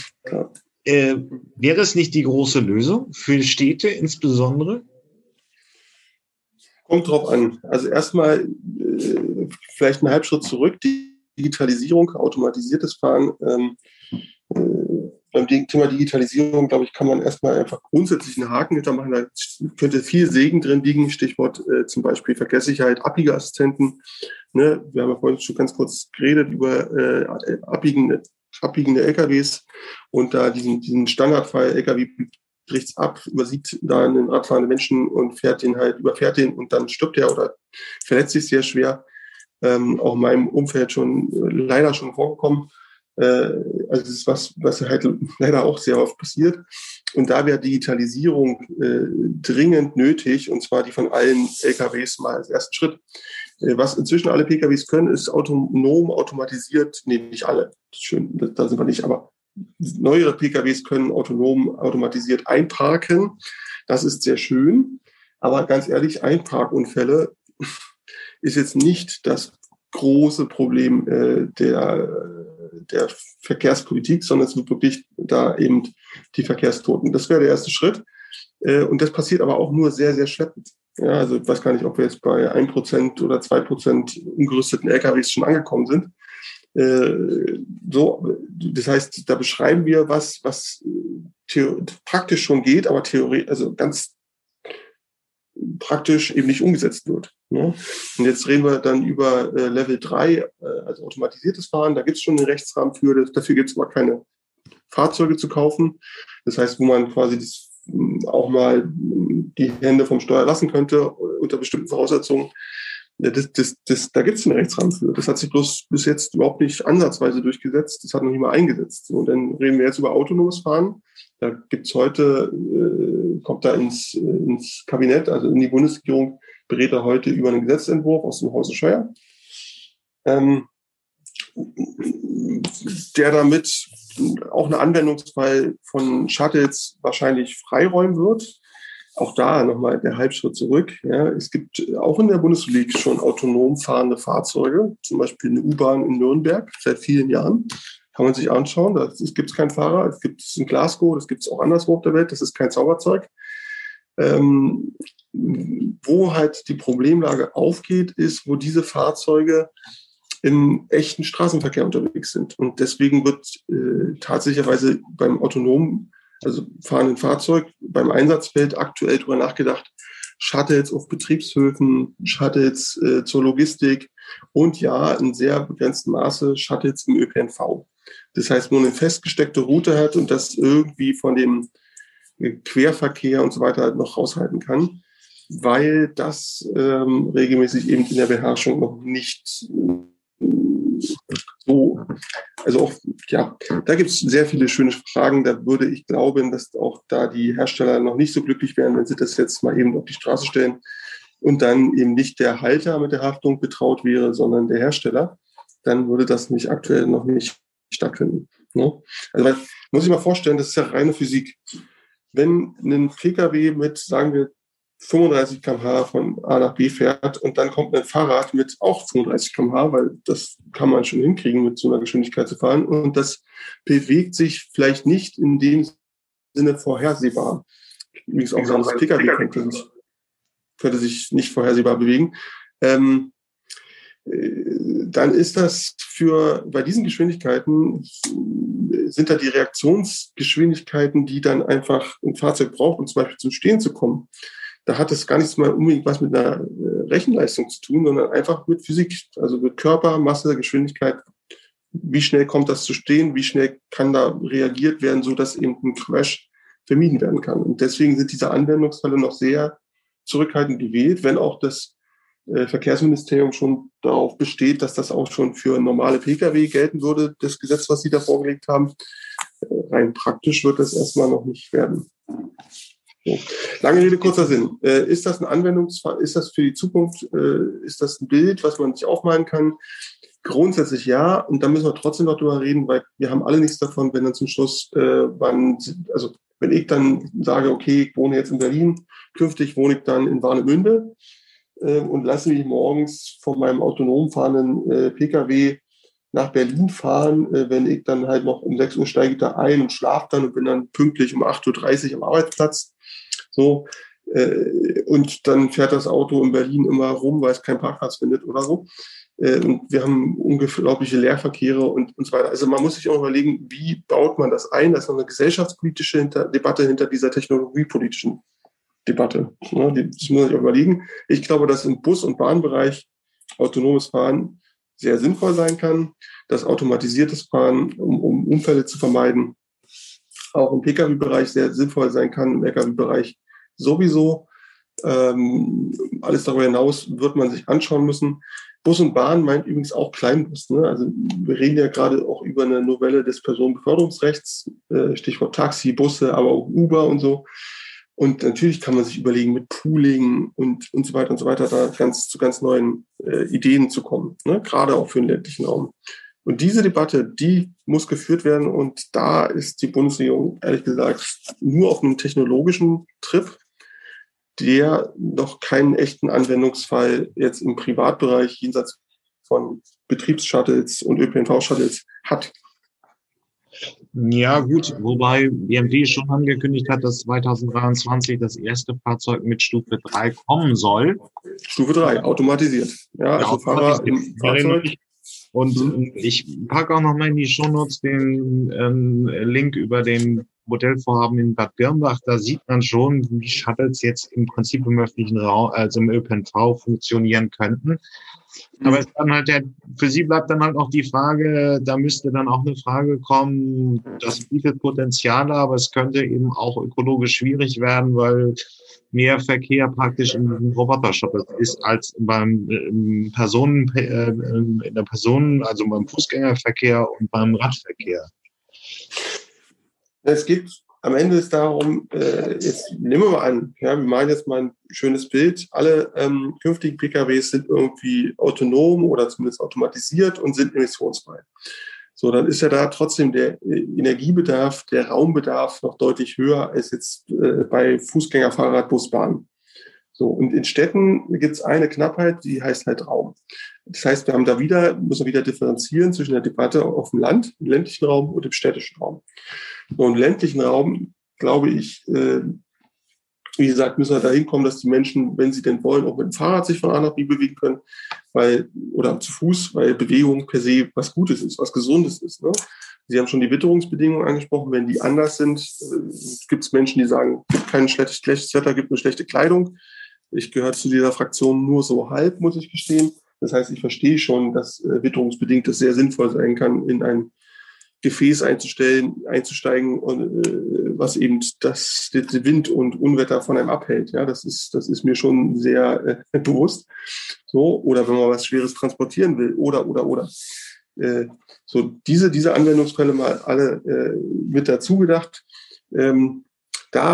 Wäre es nicht die große Lösung für Städte insbesondere? Kommt drauf an. Also erstmal vielleicht einen Halbschritt zurück. Die Digitalisierung, automatisiertes Fahren. Beim Thema Digitalisierung, glaube ich, kann man erstmal einfach grundsätzlich einen Haken hintermachen. Da könnte viel Segen drin liegen. Stichwort zum Beispiel Verkehrssicherheit, Abbiegeassistenten. Ne? Wir haben ja vorhin schon ganz kurz geredet über abbiegende LKWs und da diesen Standardfall LKW rechts ab, übersieht da einen radfahrenden Menschen und überfährt den und dann stirbt er oder verletzt sich sehr schwer. Auch in meinem Umfeld leider schon vorgekommen. Also das ist was halt leider auch sehr oft passiert. Und da wäre Digitalisierung dringend nötig, und zwar die von allen LKWs mal als ersten Schritt. Was inzwischen alle PKWs können, ist automatisiert, nee, nicht alle, schön, da sind wir nicht, aber neuere PKWs können automatisiert einparken. Das ist sehr schön. Aber ganz ehrlich, Einparkunfälle ist jetzt nicht das große Problem der Verkehrspolitik, sondern es sind wirklich da eben die Verkehrstoten. Das wäre der erste Schritt. Und das passiert aber auch nur sehr, sehr schleppend. Ja, also ich weiß gar nicht, ob wir jetzt bei 1% oder 2% umgerüsteten LKWs schon angekommen sind. Das heißt, da beschreiben wir was praktisch schon geht, aber also ganz praktisch eben nicht umgesetzt wird. Ne? Und jetzt reden wir dann über Level 3, also automatisiertes Fahren. Da gibt es schon einen Rechtsrahmen für. Dafür gibt es aber keine Fahrzeuge zu kaufen. Das heißt, wo man quasi auch mal die Hände vom Steuer lassen könnte unter bestimmten Voraussetzungen. Da gibt es einen Rechtsrahmen für. Das hat sich bloß bis jetzt überhaupt nicht ansatzweise durchgesetzt. Das hat noch nicht mal eingesetzt. Und dann reden wir jetzt über autonomes Fahren. Da gibt's heute, kommt da ins Kabinett, also in die Bundesregierung, berät er heute über einen Gesetzentwurf aus dem Hause Scheuer, der damit auch einen Anwendungsfall von Shuttles wahrscheinlich freiräumen wird. Auch da nochmal der Halbschritt zurück. Ja, es gibt auch in der Bundesrepublik schon autonom fahrende Fahrzeuge, zum Beispiel eine U-Bahn in Nürnberg seit vielen Jahren. Kann man sich anschauen. Da gibt es keinen Fahrer. Es gibt es in Glasgow, das gibt es auch anderswo auf der Welt. Das ist kein Zauberzeug. Wo halt die Problemlage aufgeht, ist, wo diese Fahrzeuge im echten Straßenverkehr unterwegs sind. Und deswegen wird tatsächlicherweise beim autonomen, also fahrenden Fahrzeug, beim Einsatzfeld aktuell darüber nachgedacht, Shuttles auf Betriebshöfen, Shuttles zur Logistik und ja, in sehr begrenztem Maße Shuttles im ÖPNV. Das heißt, wenn man eine festgesteckte Route hat und das irgendwie von dem Querverkehr und so weiter halt noch raushalten kann, weil das regelmäßig eben in der Beherrschung noch nicht so, also auch, ja, da gibt es sehr viele schöne Fragen. Da würde ich glauben, dass auch da die Hersteller noch nicht so glücklich wären, wenn sie das jetzt mal eben auf die Straße stellen und dann eben nicht der Halter mit der Haftung betraut wäre, sondern der Hersteller. Dann würde das nicht aktuell noch nicht stattfinden. Ne? Also weil, muss ich mal vorstellen, das ist ja reine Physik. Wenn ein Pkw mit, sagen wir, 35 km/h von A nach B fährt und dann kommt ein Fahrrad mit auch 35 km/h, weil das kann man schon hinkriegen, mit so einer Geschwindigkeit zu fahren, und das bewegt sich vielleicht nicht in dem Sinne vorhersehbar. Übrigens auch sagen, das Pkw könnte sich nicht vorhersehbar bewegen. Dann ist das bei diesen Geschwindigkeiten sind da die Reaktionsgeschwindigkeiten, die dann einfach ein Fahrzeug braucht, um zum Beispiel zum Stehen zu kommen. Da hat es gar nichts mal unbedingt was mit einer Rechenleistung zu tun, sondern einfach mit Physik, also mit Körper, Masse, Geschwindigkeit. Wie schnell kommt das zu stehen? Wie schnell kann da reagiert werden, so dass eben ein Crash vermieden werden kann? Und deswegen sind diese Anwendungsfälle noch sehr zurückhaltend gewählt, wenn auch das Verkehrsministerium schon darauf besteht, dass das auch schon für normale Pkw gelten würde, das Gesetz, was Sie da vorgelegt haben. Rein praktisch wird das erstmal noch nicht werden. So. Lange Rede, kurzer Sinn. Ist das ein Anwendungsfall? Ist das für die Zukunft? Ist das ein Bild, was man sich aufmalen kann? Grundsätzlich ja. Und da müssen wir trotzdem noch drüber reden, weil wir haben alle nichts davon, wenn dann zum Schluss, wenn ich dann sage, okay, ich wohne jetzt in Berlin, künftig wohne ich dann in Warnemünde und lasse mich morgens von meinem autonom fahrenden Pkw nach Berlin fahren, wenn ich dann halt noch um 6 Uhr steige ich da ein und schlafe dann und bin dann pünktlich um 8.30 Uhr am Arbeitsplatz. So, und dann fährt das Auto in Berlin immer rum, weil es keinen Parkplatz findet oder so. Und wir haben unglaubliche Leerverkehre und so weiter. Also man muss sich auch überlegen, wie baut man das ein? Das ist noch eine gesellschaftspolitische Debatte hinter dieser technologiepolitischen Debatte. Ja, das muss man sich auch überlegen. Ich glaube, dass im Bus- und Bahnbereich autonomes Fahren sehr sinnvoll sein kann. Das automatisiertes Fahren, um Unfälle zu vermeiden, auch im Pkw-Bereich sehr sinnvoll sein kann, im Lkw-Bereich sowieso. Alles darüber hinaus wird man sich anschauen müssen. Bus und Bahn meint übrigens auch Kleinbus. Ne? Also wir reden ja gerade auch über eine Novelle des Personenbeförderungsrechts, Stichwort Taxi, Busse, aber auch Uber und so. Und natürlich kann man sich überlegen, mit Pooling und so weiter, da zu ganz neuen Ideen zu kommen, ne? Gerade auch für den ländlichen Raum. Und diese Debatte, die muss geführt werden. Und da ist die Bundesregierung, ehrlich gesagt, nur auf einem technologischen Trip, der noch keinen echten Anwendungsfall jetzt im Privatbereich jenseits von Betriebsshuttles und ÖPNV-Shuttles hat. Ja, gut, wobei BMW schon angekündigt hat, dass 2023 das erste Fahrzeug mit Stufe 3 kommen soll. Stufe 3, automatisiert. Ja, also Fahrer im Fahrzeug. Und ich packe auch noch mal in die Shownotes den Link über den Modellvorhaben in Bad Birnbach. Da sieht man schon, wie Shuttles jetzt im Prinzip im öffentlichen Raum, also im ÖPNV, funktionieren könnten. Aber es dann halt für Sie bleibt dann halt auch die Frage, da müsste dann auch eine Frage kommen, das bietet Potenziale, aber es könnte eben auch ökologisch schwierig werden, weil mehr Verkehr praktisch in diesem Roboter-Shuttle ist als beim also beim Fußgängerverkehr und beim Radverkehr. Es geht am Ende ist darum, jetzt nehmen wir mal an, ja, wir malen jetzt mal ein schönes Bild. Alle künftigen PKWs sind irgendwie autonom oder zumindest automatisiert und sind emissionsfrei. So, dann ist ja da trotzdem der Energiebedarf, der Raumbedarf noch deutlich höher als jetzt bei Fußgänger, Fahrrad, Bus, Bahn. So, und in Städten gibt es eine Knappheit, die heißt halt Raum. Das heißt, müssen wir wieder differenzieren zwischen der Debatte auf dem Land, im ländlichen Raum und im städtischen Raum. So, im ländlichen Raum, glaube ich, wie gesagt, müssen wir dahin kommen, dass die Menschen, wenn sie denn wollen, auch mit dem Fahrrad sich von A nach B bewegen können, oder zu Fuß, weil Bewegung per se was Gutes ist, was Gesundes ist. Ne? Sie haben schon die Witterungsbedingungen angesprochen. Wenn die anders sind, gibt es Menschen, die sagen, es gibt kein schlechtes Wetter, gibt eine schlechte Kleidung. Ich gehöre zu dieser Fraktion nur so halb, muss ich gestehen. Das heißt, ich verstehe schon, dass witterungsbedingt es sehr sinnvoll sein kann, in ein Gefäß einzusteigen, und was eben das Wind und Unwetter von einem abhält. Ja, das ist mir schon sehr bewusst. So, oder wenn man was Schweres transportieren will, oder. So diese Anwendungsfälle mal alle mit dazu gedacht. Da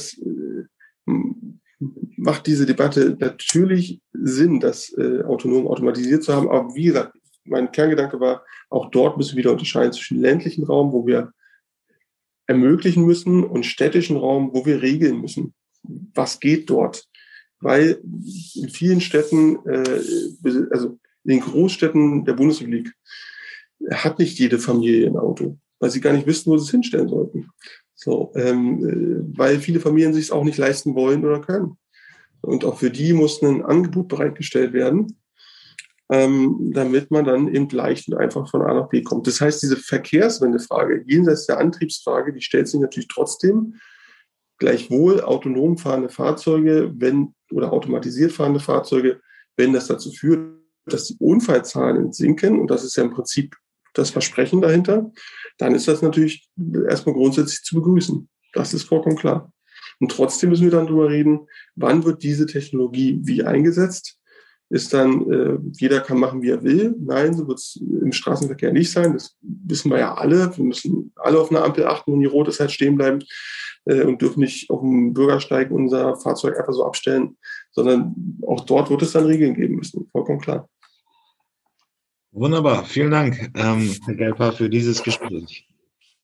macht diese Debatte natürlich Sinn, das autonom automatisiert zu haben. Aber wie gesagt, mein Kerngedanke war, auch dort müssen wir wieder unterscheiden zwischen ländlichen Raum, wo wir ermöglichen müssen, und städtischen Raum, wo wir regeln müssen. Was geht dort? Weil in vielen Städten, also in den Großstädten der Bundesrepublik, hat nicht jede Familie ein Auto, weil sie gar nicht wissen, wo sie es hinstellen sollten. So, weil viele Familien sich es auch nicht leisten wollen oder können. Und auch für die muss ein Angebot bereitgestellt werden, damit man dann eben leicht und einfach von A nach B kommt. Das heißt, diese Verkehrswendefrage, jenseits der Antriebsfrage, die stellt sich natürlich trotzdem. Gleichwohl autonom fahrende Fahrzeuge, oder automatisiert fahrende Fahrzeuge, wenn das dazu führt, dass die Unfallzahlen sinken, und das ist ja im Prinzip das Versprechen dahinter, dann ist das natürlich erstmal grundsätzlich zu begrüßen. Das ist vollkommen klar. Und trotzdem müssen wir dann drüber reden, wann wird diese Technologie wie eingesetzt? Ist dann, jeder kann machen, wie er will? Nein, so wird es im Straßenverkehr nicht sein. Das wissen wir ja alle. Wir müssen alle auf eine Ampel achten, wenn die rot ist, halt stehen bleiben und dürfen nicht auf dem Bürgersteig unser Fahrzeug einfach so abstellen, sondern auch dort wird es dann Regeln geben müssen. Vollkommen klar. Wunderbar. Vielen Dank, Herr Gelper, für dieses Gespräch.